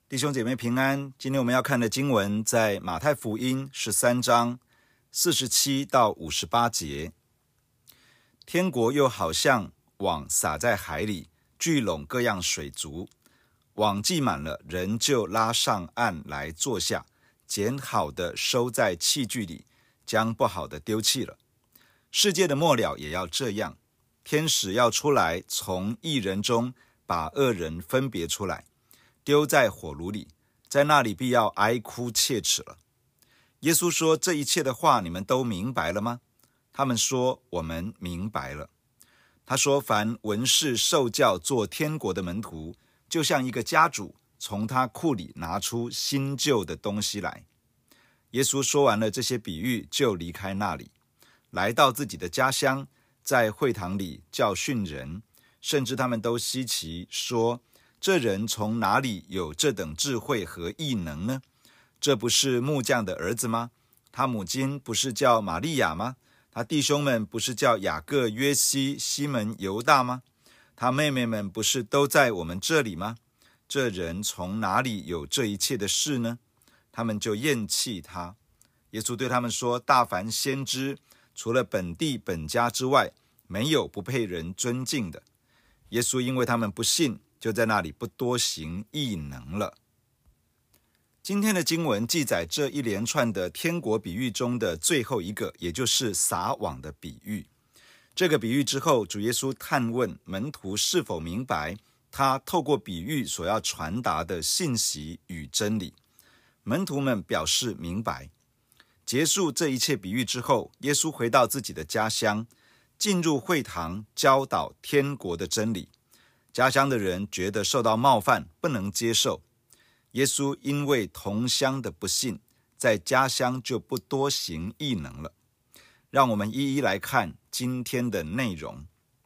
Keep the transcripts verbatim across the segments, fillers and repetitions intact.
弟兄姐妹平安，今天我们要看的经文在马太福音十三章四十七到五十八节。天国又好像网撒在海里，聚拢各样水族，网系满了，人就拉上岸来坐下，捡好的收在器具里，将不好的丢弃了。世界的末了也要这样，天使要出来，从义人中把恶人分别出来，丢在火炉里，在那里必要哀哭切齿了。耶稣说，这一切的话你们都明白了吗？他们说，我们明白了。他说，凡文士受教做天国的门徒，就像一个家主从他库里拿出新旧的东西来。耶稣说完了这些比喻，就离开那里，来到自己的家乡，在会堂里教训人，甚至他们都稀奇，说，这人从哪里有这等智慧和异能呢？这不是木匠的儿子吗？他母亲不是叫玛利亚吗？他弟兄们不是叫雅各、约西、西门、犹大吗？他妹妹们不是都在我们这里吗？这人从哪里有这一切的事呢？他们就厌弃他。耶稣对他们说，大凡先知，除了本地本家之外，没有不配人尊敬的。耶稣因为他们不信，就在那里不多行异能了。今天的经文记载这一连串的天国比喻中的最后一个，也就是撒网的比喻。这个比喻之后，主耶稣探问门徒是否明白他透过比喻所要传达的信息与真理。门徒们表示明白。结束这一切比喻之后，耶稣回到自己的家乡，进入会堂教导天国的真理。家乡的人觉得受到冒犯，不能接受。耶稣因为同乡的不信，在家乡就不多行异能了。让我们一一来看今天的内容。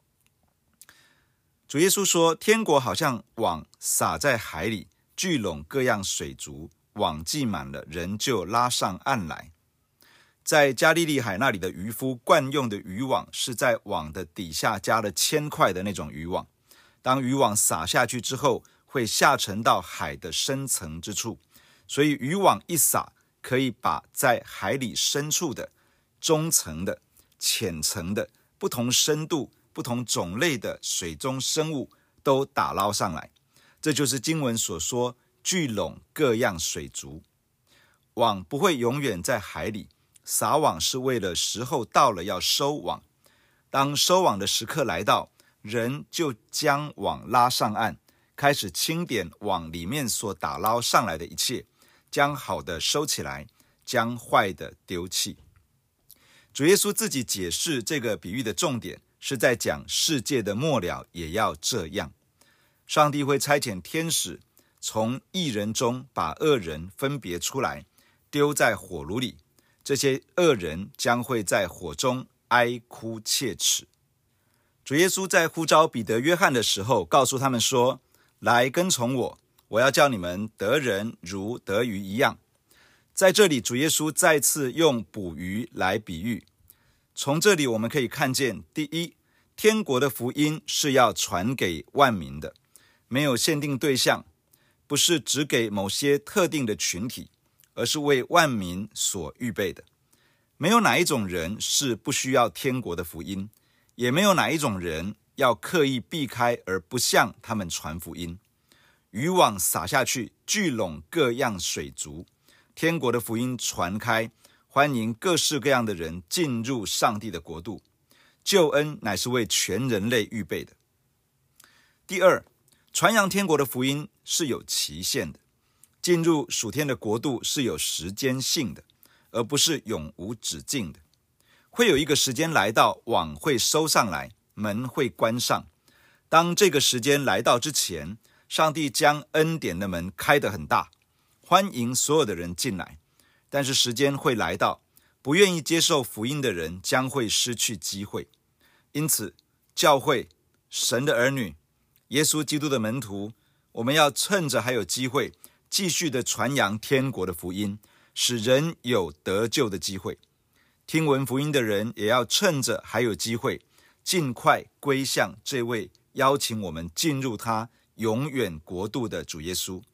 主耶稣说，天国好像网撒在海里，聚拢各样水族，网系满了，人就拉上岸来。在加利利海那里的渔夫惯用的渔网，是在网的底下加了铅块的那种渔网。当渔网撒下去之后，会下沉到海的深层之处，所以渔网一撒，可以把在海里深处的、中层的、浅层的、不同深度、不同种类的水中生物都打捞上来。这就是经文所说，聚拢各样水族。网不会永远在海里，撒网是为了时候到了要收网。当收网的时刻来到，人就将网拉上岸，开始清点网里面所打捞上来的一切，将好的收起来，将坏的丢弃。主耶稣自己解释这个比喻的重点，是在讲世界的末了也要这样。上帝会差遣天使从义人中把恶人分别出来，丢在火炉里，这些恶人将会在火中哀哭切齿。主耶稣在呼召彼得、约翰的时候，告诉他们说，来跟从我，我要叫你们得人如得鱼一样。在这里，主耶稣再次用捕鱼来比喻。从这里我们可以看见，第一，天国的福音是要传给万民的，没有限定对象，不是只给某些特定的群体，而是为万民所预备的。没有哪一种人是不需要天国的福音，也没有哪一种人要刻意避开而不向他们传福音。渔网撒下去，聚拢各样水族，天国的福音传开，欢迎各式各样的人进入上帝的国度。救恩乃是为全人类预备的。第二，传扬天国的福音是有期限的，进入属天的国度是有时间性的，而不是永无止境的。会有一个时间来到，网会收上来，门会关上。当这个时间来到之前，上帝将恩典的门开得很大，欢迎所有的人进来。但是时间会来到，不愿意接受福音的人将会失去机会。因此，教会、神的儿女、耶稣基督的门徒，我们要趁着还有机会，继续的传扬天国的福音，使人有得救的机会。听闻福音的人也要趁着还有机会，尽快归向这位邀请我们进入他永远国度的主耶稣，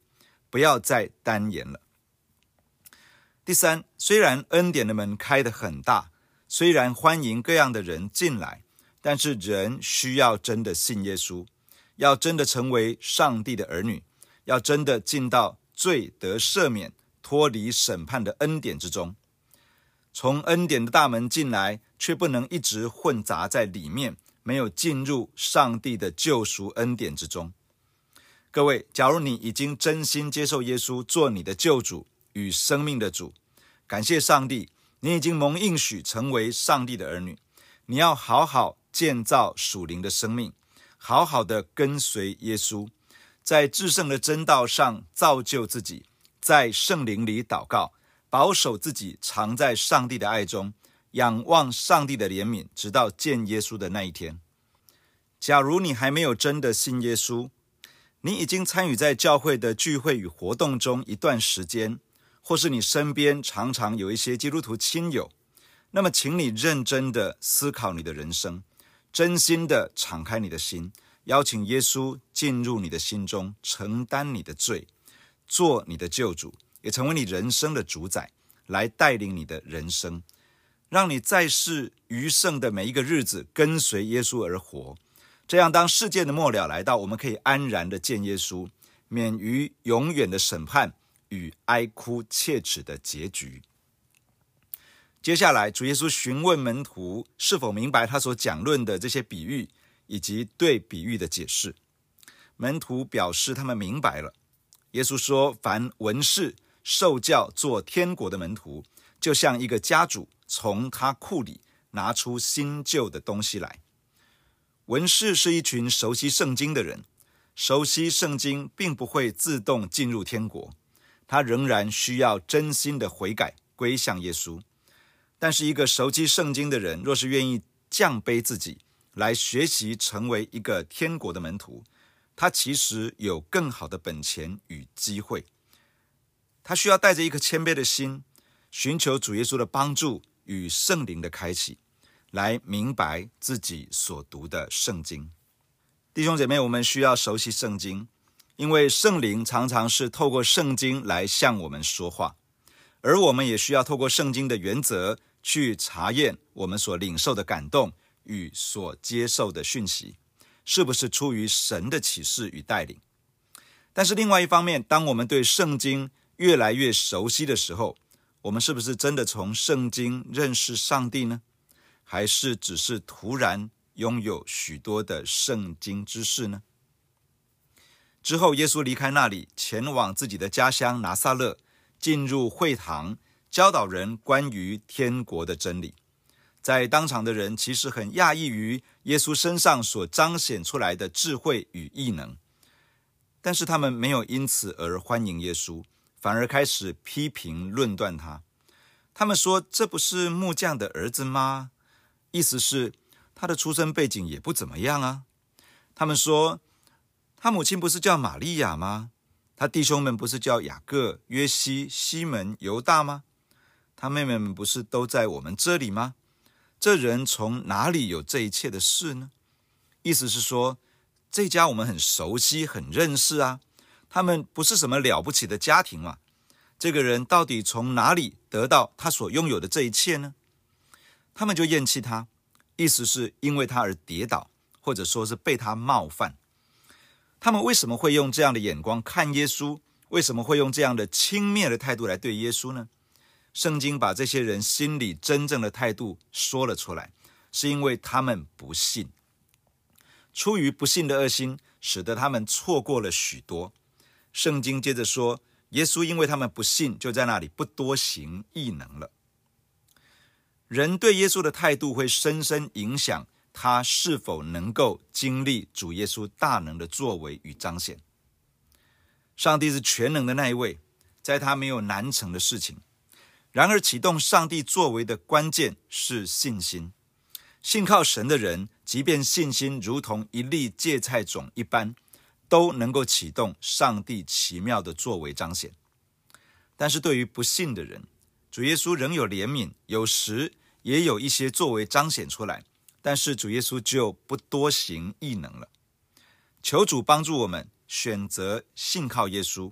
不要再单言了。第三，虽然恩典的门开得很大，虽然欢迎各样的人进来，但是人需要真的信耶稣，要真的成为上帝的儿女，要真的进到罪得赦免、脱离审判的恩典之中。从恩典的大门进来，却不能一直混杂在里面，没有进入上帝的救赎恩典之中。各位，假如你已经真心接受耶稣做你的救主与生命的主，感谢上帝，你已经蒙应许成为上帝的儿女。你要好好建造属灵的生命，好好的跟随耶稣，在至圣的真道上造就自己，在圣灵里祷告，保守自己藏在上帝的爱中，仰望上帝的怜悯，直到见耶稣的那一天。假如你还没有真的信耶稣，你已经参与在教会的聚会与活动中一段时间，或是你身边常常有一些基督徒亲友，那么请你认真的思考你的人生，真心的敞开你的心，邀请耶稣进入你的心中，承担你的罪，做你的救主，也成为你人生的主宰，来带领你的人生，让你在世余剩的每一个日子跟随耶稣而活。这样当世界的末了来到，我们可以安然的见耶稣，免于永远的审判与哀哭切齿的结局。接下来，主耶稣询问门徒是否明白他所讲论的这些比喻，以及对比喻的解释。门徒表示他们明白了。耶稣说，凡文士受教做天国的门徒，就像一个家主从他库里拿出新旧的东西来。文士是一群熟悉圣经的人，熟悉圣经并不会自动进入天国，他仍然需要真心的悔改，归向耶稣。但是一个熟悉圣经的人，若是愿意降卑自己，来学习成为一个天国的门徒，他其实有更好的本钱与机会。他需要带着一颗谦卑的心，寻求主耶稣的帮助与圣灵的开启，来明白自己所读的圣经。弟兄姐妹，我们需要熟悉圣经，因为圣灵常常是透过圣经来向我们说话，而我们也需要透过圣经的原则去查验我们所领受的感动与所接受的讯息，是不是出于神的启示与带领。但是另外一方面，当我们对圣经越来越熟悉的时候，我们是不是真的从圣经认识上帝呢？还是只是突然拥有许多的圣经知识呢？之后，耶稣离开那里，前往自己的家乡拿撒勒，进入会堂，教导人关于天国的真理。在当场的人其实很讶异于耶稣身上所彰显出来的智慧与异能，但是他们没有因此而欢迎耶稣，反而开始批评论断他。他们说，这不是木匠的儿子吗？意思是他的出身背景也不怎么样啊。他们说，他母亲不是叫玛利亚吗？他弟兄们不是叫雅各、约西、西门、犹大吗？他妹妹们不是都在我们这里吗？这人从哪里有这一切的事呢？意思是说，这家我们很熟悉很认识啊，他们不是什么了不起的家庭嘛，这个人到底从哪里得到他所拥有的这一切呢？他们就厌弃他，意思是因为他而跌倒，或者说是被他冒犯。他们为什么会用这样的眼光看耶稣？为什么会用这样的轻蔑的态度来对耶稣呢？圣经把这些人心里真正的态度说了出来，是因为他们不信。出于不信的恶心，使得他们错过了许多。圣经接着说，耶稣因为他们不信，就在那里不多行异能了。人对耶稣的态度会深深影响他是否能够经历主耶稣大能的作为与彰显。上帝是全能的那一位，在他没有难成的事情。然而启动上帝作为的关键是信心。信靠神的人，即便信心如同一粒芥菜种一般，都能够启动上帝奇妙的作为彰显。但是对于不信的人，主耶稣仍有怜悯，有时也有一些作为彰显出来，但是主耶稣就不多行异能了。求主帮助我们选择信靠耶稣，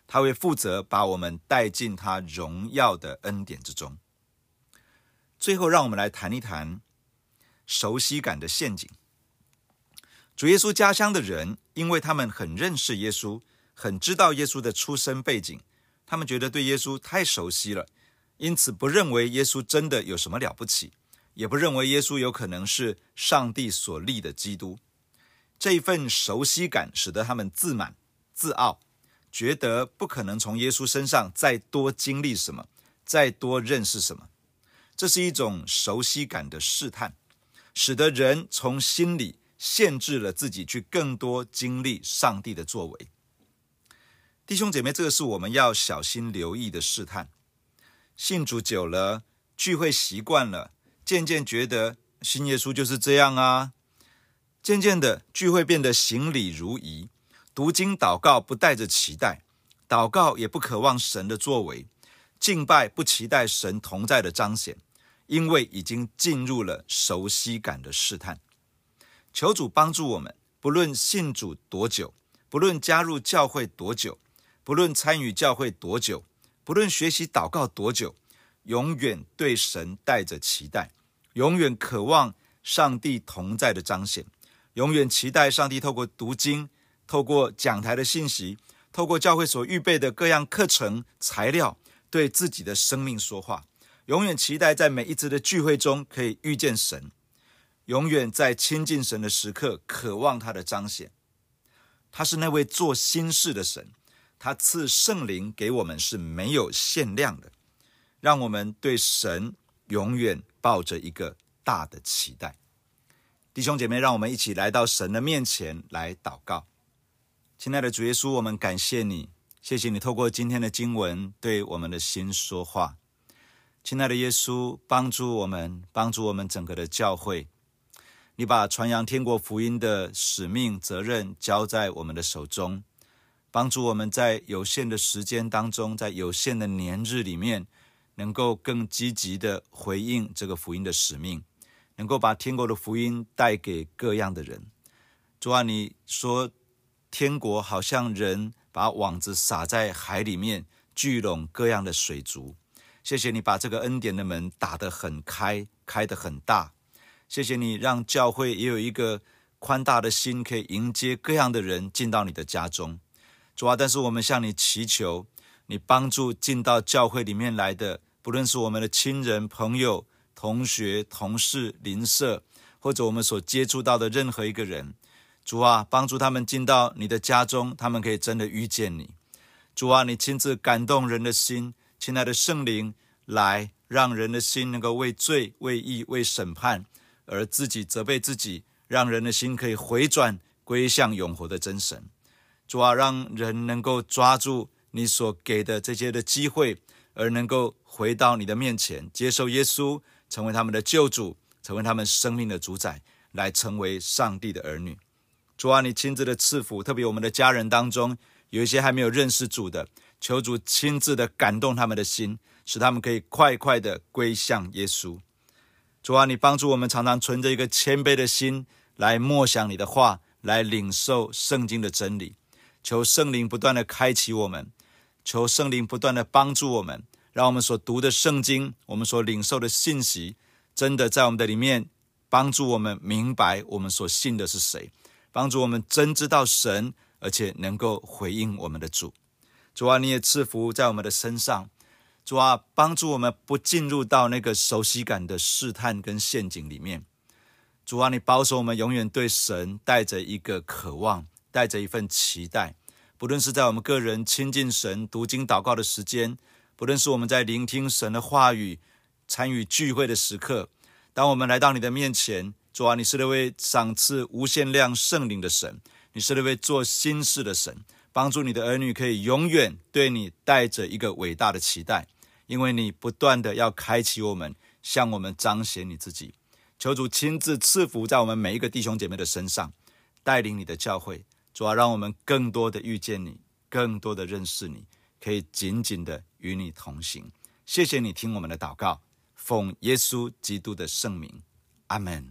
他会负责把我们带进他荣耀的恩典之中。最后，让我们来谈一谈熟悉感的陷阱。主耶稣家乡的人，因为他们很认识耶稣，很知道耶稣的出身背景，他们觉得对耶稣太熟悉了，因此不认为耶稣真的有什么了不起，也不认为耶稣有可能是上帝所立的基督。这一份熟悉感使得他们自满、自傲，觉得不可能从耶稣身上再多经历什么，再多认识什么。这是一种熟悉感的试探，使得人从心里限制了自己去更多经历上帝的作为。弟兄姐妹，这个是我们要小心留意的试探。信主久了，聚会习惯了，渐渐觉得信耶稣就是这样啊。渐渐的，聚会变得行礼如仪，读经祷告不带着期待，祷告也不渴望神的作为，敬拜不期待神同在的彰显，因为已经进入了熟悉感的试探。求主帮助我们，不论信主多久，不论加入教会多久，不论参与教会多久，不论学习祷告多久，永远对神带着期待，永远渴望上帝同在的彰显，永远期待上帝透过读经，透过讲台的信息，透过教会所预备的各样课程材料，对自己的生命说话，永远期待在每一次的聚会中可以遇见神，永远在亲近神的时刻渴望他的彰显。他是那位做新事的神，他赐圣灵给我们是没有限量的，让我们对神永远抱着一个大的期待。弟兄姐妹，让我们一起来到神的面前来祷告。亲爱的主耶稣，我们感谢你，谢谢你透过今天的经文对我们的心说话。亲爱的耶稣，帮助我们，帮助我们整个的教会，你把传扬天国福音的使命责任交在我们的手中，帮助我们在有限的时间当中，在有限的年日里面，能够更积极的回应这个福音的使命，能够把天国的福音带给各样的人。主啊，你说天国好像人把网子撒在海里面，聚拢各样的水族。谢谢你把这个恩典的门打得很开，开得很大。谢谢你让教会也有一个宽大的心，可以迎接各样的人进到你的家中。主啊，但是我们向你祈求，你帮助进到教会里面来的，不论是我们的亲人、朋友、同学、同事、邻舍，或者我们所接触到的任何一个人，主啊，帮助他们进到你的家中，他们可以真的遇见你。主啊，你亲自感动人的心，亲爱的圣灵来，让人的心能够为罪、为义、为审判而自己责备自己，让人的心可以回转归向永活的真神。主啊，让人能够抓住你所给的这些的机会，而能够回到你的面前，接受耶稣，成为他们的救主，成为他们生命的主宰，来成为上帝的儿女。主啊，你亲自的赐福，特别我们的家人当中有一些还没有认识主的，求主亲自的感动他们的心，使他们可以快快的归向耶稣。主啊，你帮助我们常常存着一个谦卑的心来默想你的话，来领受圣经的真理。求圣灵不断的开启我们，求圣灵不断的帮助我们，让我们所读的圣经，我们所领受的信息，真的在我们的里面帮助我们明白我们所信的是谁，帮助我们真知道神，而且能够回应我们的主。主啊，你也赐福在我们的身上。主啊，帮助我们不进入到那个熟悉感的试探跟陷阱里面。主啊，你保守我们永远对神带着一个渴望，带着一份期待。不论是在我们个人亲近神、读经祷告的时间，不论是我们在聆听神的话语、参与聚会的时刻，当我们来到你的面前，主啊，你是那位赏赐无限量圣灵的神，你是那位做新事的神，帮助你的儿女可以永远对你带着一个伟大的期待，因为你不断的要开启我们，向我们彰显你自己。求主亲自赐福在我们每一个弟兄姐妹的身上，带领你的教会。主啊，让我们更多的遇见你，更多的认识你，可以紧紧的与你同行。谢谢你听我们的祷告，奉耶稣基督的圣名，阿们。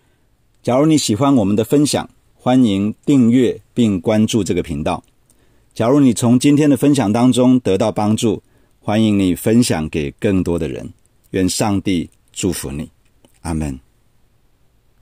假如你喜欢我们的分享，欢迎订阅并关注这个频道。 假如你从今天的分享当中得到帮助，欢迎你分享给更多的人。愿上帝祝福你，阿们。